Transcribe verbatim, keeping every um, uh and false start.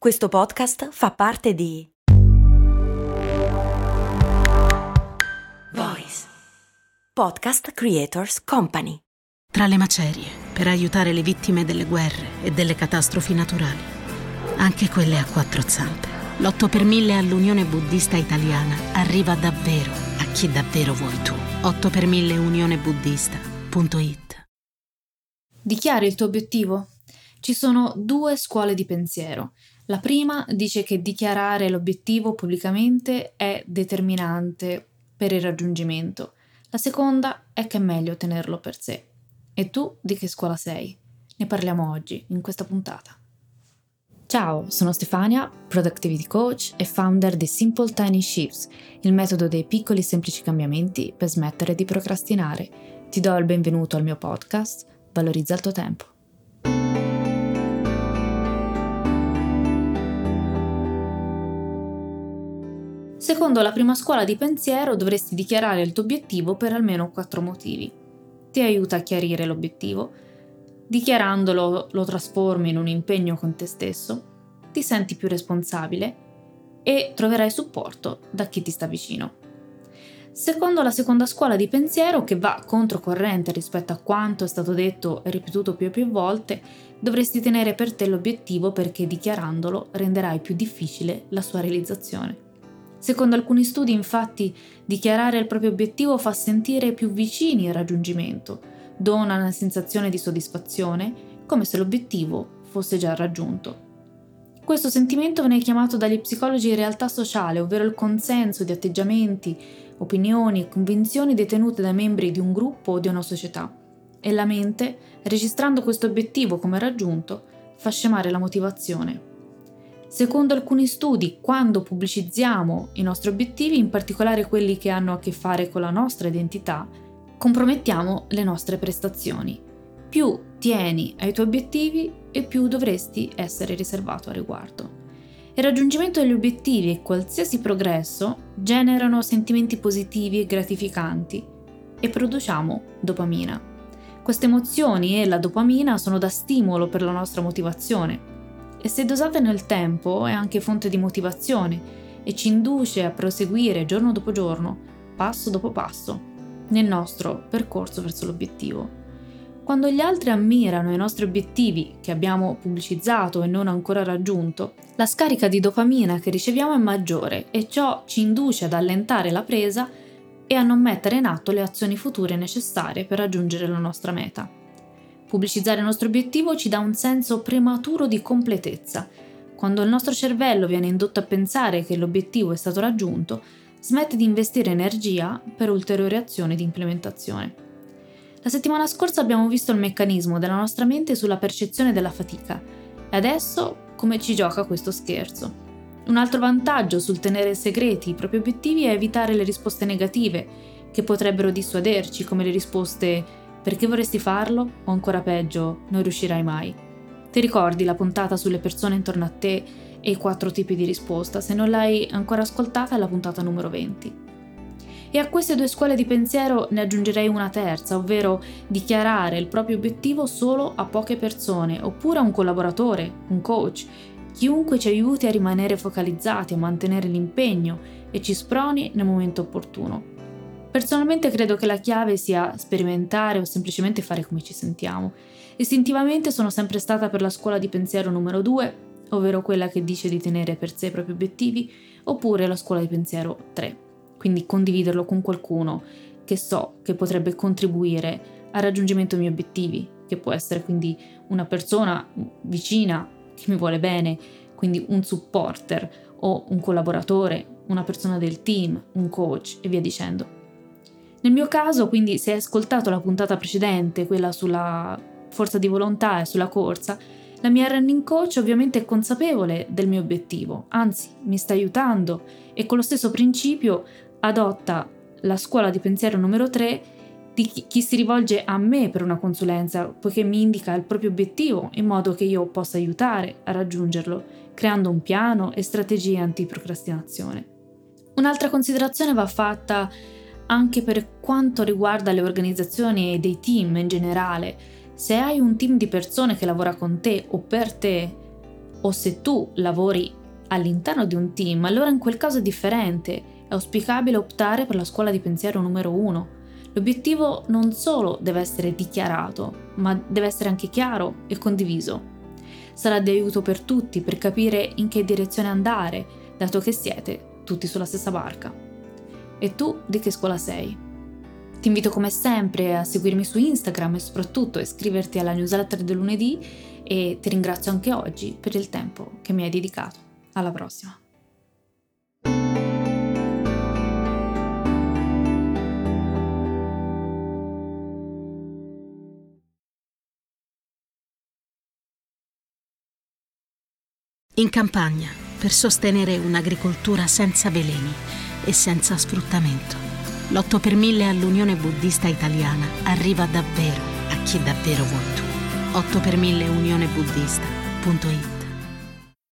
Questo podcast fa parte di Voice Podcast Creators Company. Tra le macerie, per aiutare le vittime delle guerre e delle catastrofi naturali, anche quelle a quattro zampe, l'otto per mille all'Unione Buddista Italiana arriva davvero a chi davvero vuoi tu. otto per mille unione buddista punto it. Dichiari il tuo obiettivo? Ci sono due scuole di pensiero. La prima dice che dichiarare l'obiettivo pubblicamente è determinante per il raggiungimento. La seconda è che è meglio tenerlo per sé. E tu di che scuola sei? Ne parliamo oggi, in questa puntata. Ciao, sono Stefania, Productivity Coach e founder di Simple Tiny Shifts, il metodo dei piccoli semplici cambiamenti per smettere di procrastinare. Ti do il benvenuto al mio podcast, Valorizza il tuo tempo. Secondo la prima scuola di pensiero dovresti dichiarare il tuo obiettivo per almeno quattro motivi. Ti aiuta a chiarire l'obiettivo, dichiarandolo lo trasformi in un impegno con te stesso, ti senti più responsabile e troverai supporto da chi ti sta vicino. Secondo la seconda scuola di pensiero, che va controcorrente rispetto a quanto è stato detto e ripetuto più e più volte, dovresti tenere per te l'obiettivo perché dichiarandolo renderai più difficile la sua realizzazione. Secondo alcuni studi, infatti, dichiarare il proprio obiettivo fa sentire più vicini al raggiungimento, dona una sensazione di soddisfazione, come se l'obiettivo fosse già raggiunto. Questo sentimento viene chiamato dagli psicologi realtà sociale, ovvero il consenso di atteggiamenti, opinioni e convinzioni detenute dai membri di un gruppo o di una società. E la mente, registrando questo obiettivo come raggiunto, fa scemare la motivazione. Secondo alcuni studi, quando pubblicizziamo i nostri obiettivi, in particolare quelli che hanno a che fare con la nostra identità, compromettiamo le nostre prestazioni. Più tieni ai tuoi obiettivi e più dovresti essere riservato a riguardo. Il raggiungimento degli obiettivi e qualsiasi progresso generano sentimenti positivi e gratificanti e produciamo dopamina. Queste emozioni e la dopamina sono da stimolo per la nostra motivazione. E se dosate nel tempo è anche fonte di motivazione e ci induce a proseguire giorno dopo giorno, passo dopo passo, nel nostro percorso verso l'obiettivo. Quando gli altri ammirano i nostri obiettivi che abbiamo pubblicizzato e non ancora raggiunto, la scarica di dopamina che riceviamo è maggiore e ciò ci induce ad allentare la presa e a non mettere in atto le azioni future necessarie per raggiungere la nostra meta. Pubblicizzare il nostro obiettivo ci dà un senso prematuro di completezza. Quando il nostro cervello viene indotto a pensare che l'obiettivo è stato raggiunto, smette di investire energia per ulteriori azioni di implementazione. La settimana scorsa abbiamo visto il meccanismo della nostra mente sulla percezione della fatica e adesso come ci gioca questo scherzo. Un altro vantaggio sul tenere segreti i propri obiettivi è evitare le risposte negative che potrebbero dissuaderci, come le risposte "perché vorresti farlo?" o ancora peggio "non riuscirai mai". Ti ricordi la puntata sulle persone intorno a te e i quattro tipi di risposta? Se non l'hai ancora ascoltata è la puntata numero venti. E a queste due scuole di pensiero ne aggiungerei una terza, ovvero dichiarare il proprio obiettivo solo a poche persone, oppure a un collaboratore, un coach, chiunque ci aiuti a rimanere focalizzati, a mantenere l'impegno e ci sproni nel momento opportuno. Personalmente credo che la chiave sia sperimentare o semplicemente fare come ci sentiamo. Istintivamente sono sempre stata per la scuola di pensiero numero due, ovvero quella che dice di tenere per sé i propri obiettivi, oppure la scuola di pensiero tre, quindi condividerlo con qualcuno che so che potrebbe contribuire al raggiungimento dei miei obiettivi, che può essere quindi una persona vicina che mi vuole bene, quindi un supporter o un collaboratore, una persona del team, un coach e via dicendo. Nel mio caso, quindi, se hai ascoltato la puntata precedente, quella sulla forza di volontà e sulla corsa, la mia running coach ovviamente è consapevole del mio obiettivo, anzi mi sta aiutando e con lo stesso principio adotta la scuola di pensiero numero tre di chi, chi si rivolge a me per una consulenza, poiché mi indica il proprio obiettivo in modo che io possa aiutare a raggiungerlo, creando un piano e strategie anti-procrastinazione. Un'altra considerazione va fatta anche per quanto riguarda le organizzazioni e dei team in generale. Se hai un team di persone che lavora con te o per te, O se tu lavori all'interno di un team, allora in quel caso è differente. È auspicabile optare per la scuola di pensiero numero uno. L'obiettivo non solo deve essere dichiarato, ma deve essere anche chiaro e condiviso. Sarà di aiuto per tutti per capire in che direzione andare, dato che siete tutti sulla stessa barca. E tu di che scuola sei? Ti invito come sempre a seguirmi su Instagram e soprattutto a iscriverti alla newsletter del lunedì e ti ringrazio anche oggi per il tempo che mi hai dedicato. Alla prossima! In campagna, per sostenere un'agricoltura senza veleni e senza sfruttamento, l'otto per mille all'Unione Buddista Italiana arriva davvero a chi davvero vuoi tu. otto per mille unione buddista punto it